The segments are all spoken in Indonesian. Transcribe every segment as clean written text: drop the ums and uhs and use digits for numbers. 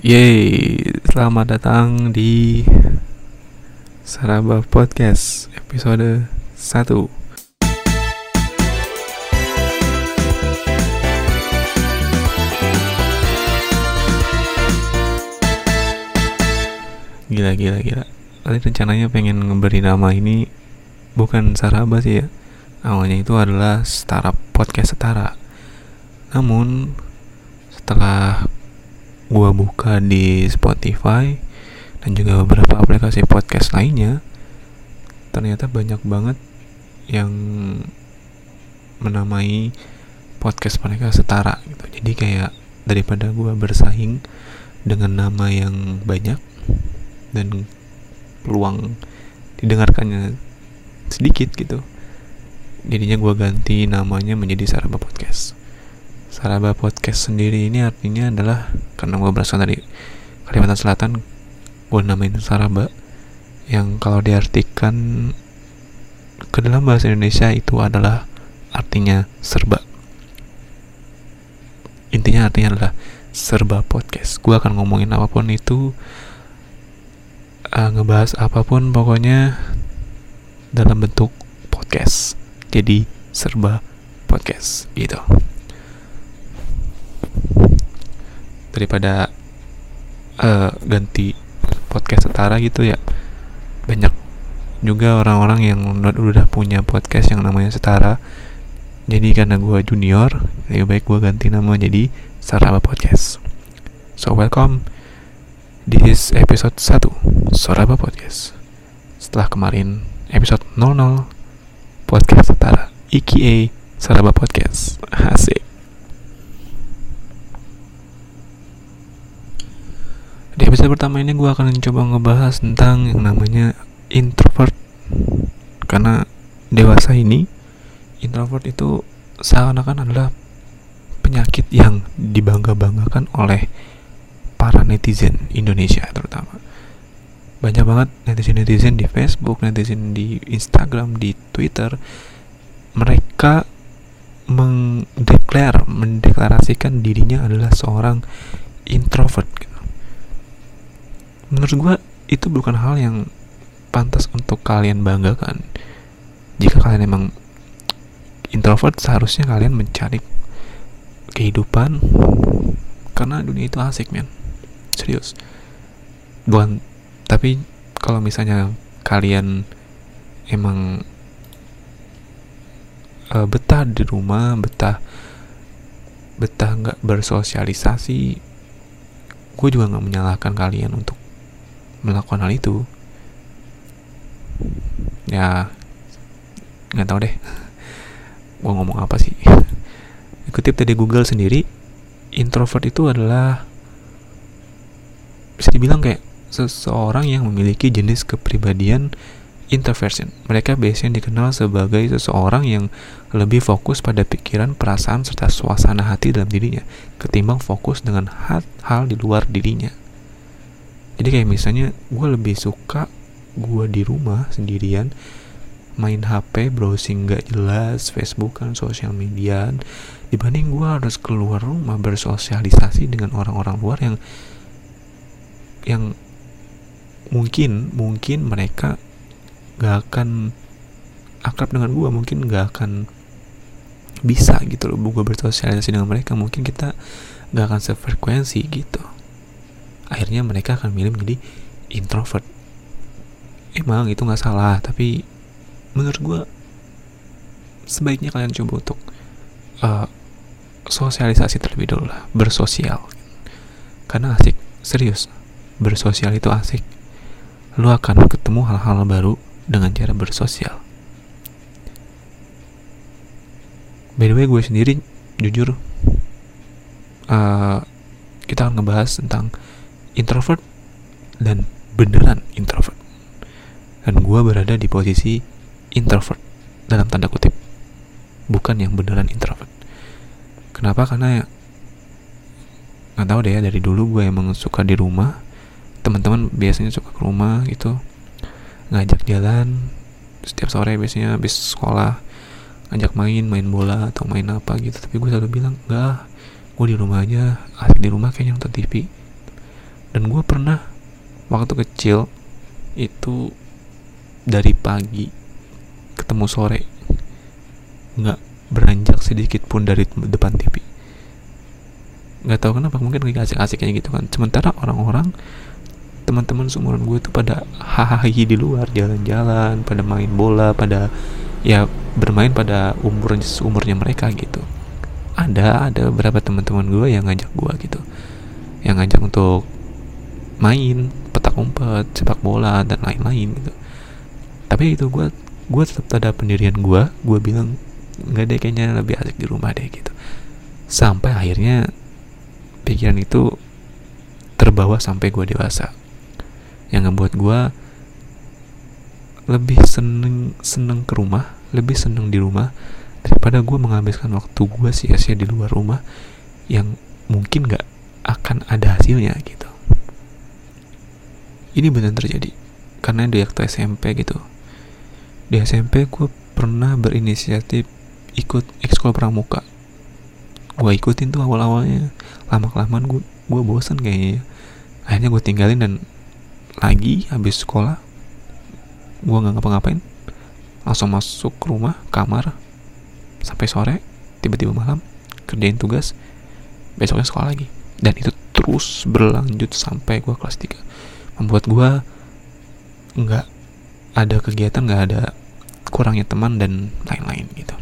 Yeay, selamat datang di Saraba Podcast episode 1. Gila. Tadi rencananya pengen ngeberi nama ini bukan Saraba sih ya. Awalnya itu adalah Setara Podcast Setara. Namun setelah gua buka di Spotify dan juga beberapa aplikasi podcast lainnya, ternyata banyak banget yang menamai podcast mereka Setara gitu. Jadi kayak daripada gua bersaing dengan nama yang banyak dan peluang didengarkannya sedikit gitu, jadinya gua ganti namanya menjadi Saraba Podcast. Saraba Podcast sendiri ini artinya adalah, karena gue berasal dari Kalimantan Selatan, gue namain Saraba, yang kalau diartikan ke dalam bahasa Indonesia itu adalah artinya serba. Intinya artinya adalah serba podcast. Gue akan ngomongin apapun itu, ngebahas apapun pokoknya dalam bentuk podcast. Jadi serba podcast gitu. Daripada ganti podcast Setara gitu ya, banyak juga orang-orang yang udah punya podcast yang namanya Setara. Jadi karena gue junior, lebih baik gue ganti nama jadi Saraba Podcast. So welcome, this is episode 1 Saraba Podcast. Setelah kemarin episode 00 Podcast Setara, aka Saraba Podcast. Asik. Di episode pertama ini gue akan coba ngebahas tentang yang namanya introvert. Karena dewasa ini, introvert itu seakan-akan adalah penyakit yang dibangga-banggakan oleh para netizen Indonesia terutama. Banyak banget netizen di Facebook, netizen di Instagram, di Twitter. Mereka mendeklarasikan dirinya adalah seorang introvert. Menurut gue itu bukan hal yang pantas untuk kalian banggakan. Jika kalian emang introvert, seharusnya kalian mencari kehidupan, karena dunia itu asik, men. Serius. Bukan, tapi kalau misalnya kalian emang betah di rumah, betah nggak bersosialisasi, gue juga nggak menyalahkan kalian untuk melakukan hal itu. Ya nggak tahu deh gue ngomong apa sih. Kutip dari Google sendiri, introvert itu adalah, bisa dibilang kayak seseorang yang memiliki jenis kepribadian introversion. Mereka biasanya dikenal sebagai seseorang yang lebih fokus pada pikiran, perasaan, serta suasana hati dalam dirinya ketimbang fokus dengan hal di luar dirinya. Jadi kayak misalnya gue lebih suka gue di rumah sendirian, main HP, browsing gak jelas, Facebookan, sosial media, dibanding gue harus keluar rumah bersosialisasi dengan orang-orang luar yang mungkin mereka gak akan akrab dengan gue, mungkin gak akan bisa gitu loh gue bersosialisasi dengan mereka, mungkin kita gak akan sefrekuensi gitu. Akhirnya mereka akan milih menjadi introvert. Emang itu gak salah, tapi menurut gue sebaiknya kalian coba untuk sosialisasi terlebih dulu lah, bersosial. Karena asik, serius, bersosial itu asik. Lu akan ketemu hal-hal baru dengan cara bersosial. By the way, gue sendiri jujur, kita akan ngebahas tentang introvert dan beneran introvert. Dan gue berada di posisi introvert dalam tanda kutip, bukan yang beneran introvert. Kenapa? Karena nggak tahu deh ya, dari dulu gue emang suka di rumah. Teman-teman biasanya suka ke rumah gitu, ngajak jalan setiap sore, biasanya habis sekolah ngajak main bola atau main apa gitu. Tapi gue selalu bilang, enggak, gue di rumah aja, asik di rumah kayaknya nonton TV. Dan gue pernah waktu kecil itu dari pagi ketemu sore nggak beranjak sedikit pun dari depan TV. Nggak tahu kenapa, mungkin lagi asik-asiknya gitu kan. Sementara orang-orang, teman-teman seumuran gue itu pada hahaha di luar, jalan-jalan, pada main bola, pada ya bermain pada umurnya mereka gitu. Ada beberapa teman-teman gue yang ngajak gue gitu, yang ngajak untuk main petak umpet, sepak bola dan lain-lain gitu. Tapi itu gue tetap ada pendirian gue bilang nggak deh, kayaknya lebih asik di rumah deh gitu. Sampai akhirnya pikiran itu terbawa sampai gue dewasa, yang ngebuat gue lebih seneng ke rumah, lebih seneng di rumah daripada gue menghabiskan waktu gue sia-sia di luar rumah yang mungkin gak akan ada hasilnya gitu. Ini benar terjadi karena di waktu SMP gitu. Di SMP gue pernah berinisiatif ikut ekskul pramuka. Gue ikutin tuh awal-awalnya, lama-kelamaan gue bosan kayaknya. Akhirnya gue tinggalin, dan lagi habis sekolah gue nggak ngapa-ngapain, langsung masuk ke rumah, kamar sampai sore, tiba-tiba malam kerjain tugas, besoknya sekolah lagi. Dan itu terus berlanjut sampai gue kelas 3, membuat gue nggak ada kegiatan, nggak ada, kurangnya teman dan lain-lain gitu.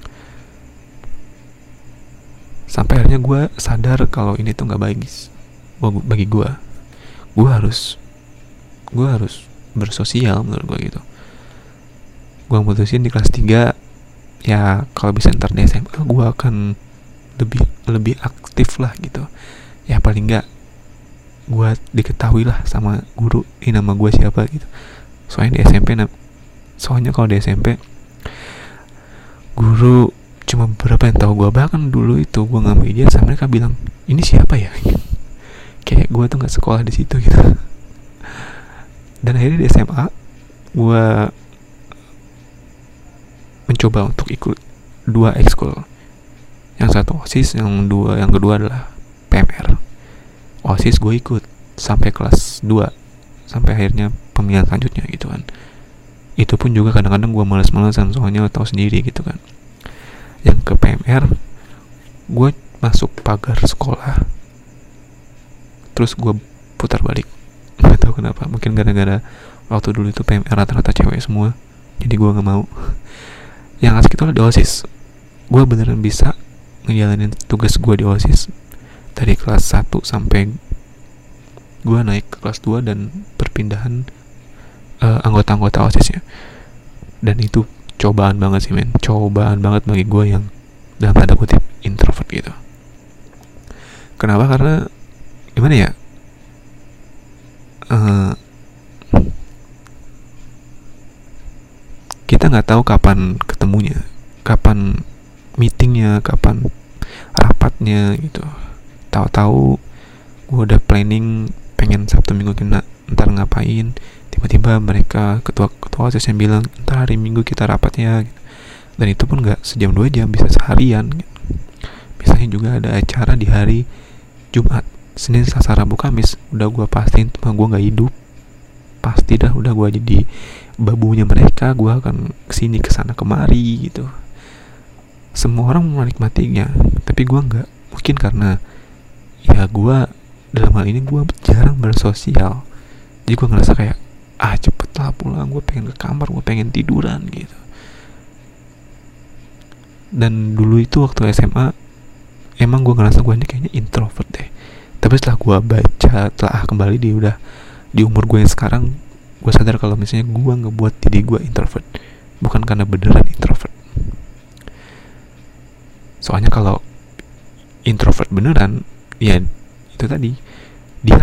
Sampai akhirnya gue sadar kalau ini tuh nggak bagus bagi gue. Gue harus bersosial menurut gue gitu. Gue mutusin di kelas 3, ya kalau bisa ntar di SMA gue akan lebih aktif lah gitu. Ya paling nggak gue diketahui lah sama guru, ini nama gue siapa gitu. Soalnya kalau di SMP guru cuma beberapa yang tahu gue. Bahkan dulu itu gue ngambil ijazah, mereka bilang ini siapa ya, kayak gue tuh nggak sekolah di situ gitu. Dan akhirnya di SMA gue mencoba untuk ikut 2 ekskul, yang satu OSIS, yang kedua adalah PMR. OSIS gue ikut sampai kelas 2, sampai akhirnya pemilihan selanjutnya gitu kan. Itu pun juga kadang-kadang gue malas-malasan, soalnya tahu sendiri gitu kan. Yang ke PMR gue masuk pagar sekolah, terus gue putar balik, nggak tahu kenapa. Mungkin gara-gara waktu dulu itu PMR rata-rata cewek semua, jadi gue nggak mau. Yang asik itu adalah di OSIS. Gue beneran bisa ngejalanin tugas gue di OSIS dari kelas 1 sampai gue naik ke kelas 2 dan perpindahan anggota-anggota OSISnya. Dan itu cobaan banget sih men, cobaan banget bagi gue yang dalam tanda kutip introvert gitu. Kenapa? Karena gimana ya, kita nggak tahu kapan ketemunya, kapan meetingnya, kapan rapatnya gitu. Tahu-tahu gue udah planning pengen Sabtu Minggu kena ntar ngapain, tiba-tiba mereka ketua OSIS yang bilang ntar hari Minggu kita rapatnya gitu. Dan itu pun nggak sejam 2 jam, bisa seharian gitu. Misalnya juga ada acara di hari Jumat, Senin, Selasa, Rabu, Kamis, udah gue pastiin tuh gue nggak hidup, pasti dah, udah gue jadi babunya mereka. Gue akan kesini kesana kemari gitu. Semua orang menikmatinya, tapi gue nggak. Mungkin karena ya gue dalam hal ini gue jarang bersosial, jadi gue ngerasa kayak cepet lah pulang, gue pengen ke kamar, gue pengen tiduran gitu. Dan dulu itu waktu SMA emang gue ngerasa gue ini kayaknya introvert deh. Tapi setelah gue baca, telah kembali di umur gue yang sekarang, gue sadar kalau misalnya gue ngebuat diri gue introvert, bukan karena beneran introvert. Soalnya kalau introvert beneran, ya itu tadi, dia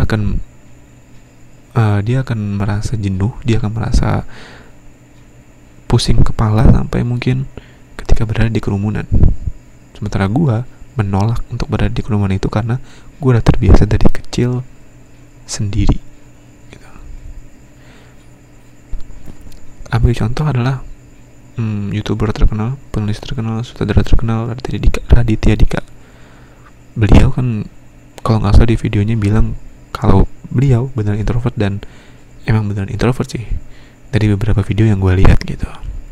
akan merasa jenuh, dia akan merasa pusing kepala sampai mungkin ketika berada di kerumunan. Sementara gue menolak untuk berada di kerumunan itu karena gue udah terbiasa dari kecil sendiri gitu. Ambil contoh adalah YouTuber terkenal, penulis terkenal, sutradara terkenal, Raditya Dika. Beliau kan kalau nggak salah di videonya bilang kalau beliau benar introvert, dan emang benar introvert sih dari beberapa video yang gue lihat gitu.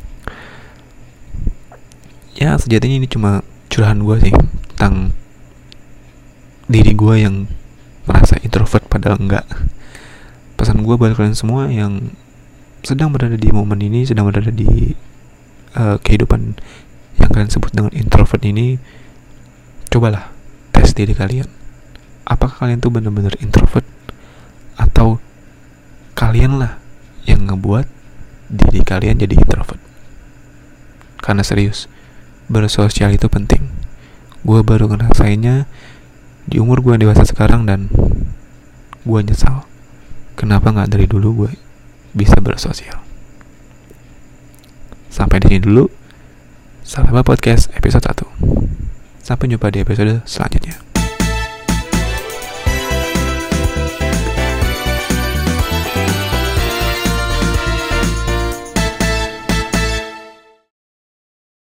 Ya sejatinya ini cuma curahan gue sih tentang diri gue yang merasa introvert padahal enggak. Pesan gue buat kalian semua yang sedang berada di momen ini, sedang berada di kehidupan yang kalian sebut dengan introvert ini, cobalah tes diri kalian. Apakah kalian tuh benar-benar introvert, atau kalianlah yang ngebuat diri kalian jadi introvert? Karena serius, bersosial itu penting. Gue baru ngerasainnya di umur gue dewasa sekarang, dan gue nyesal kenapa gak dari dulu gue bisa bersosial. Sampai di sini dulu Salam Podcast episode 1. Sampai jumpa di episode selanjutnya.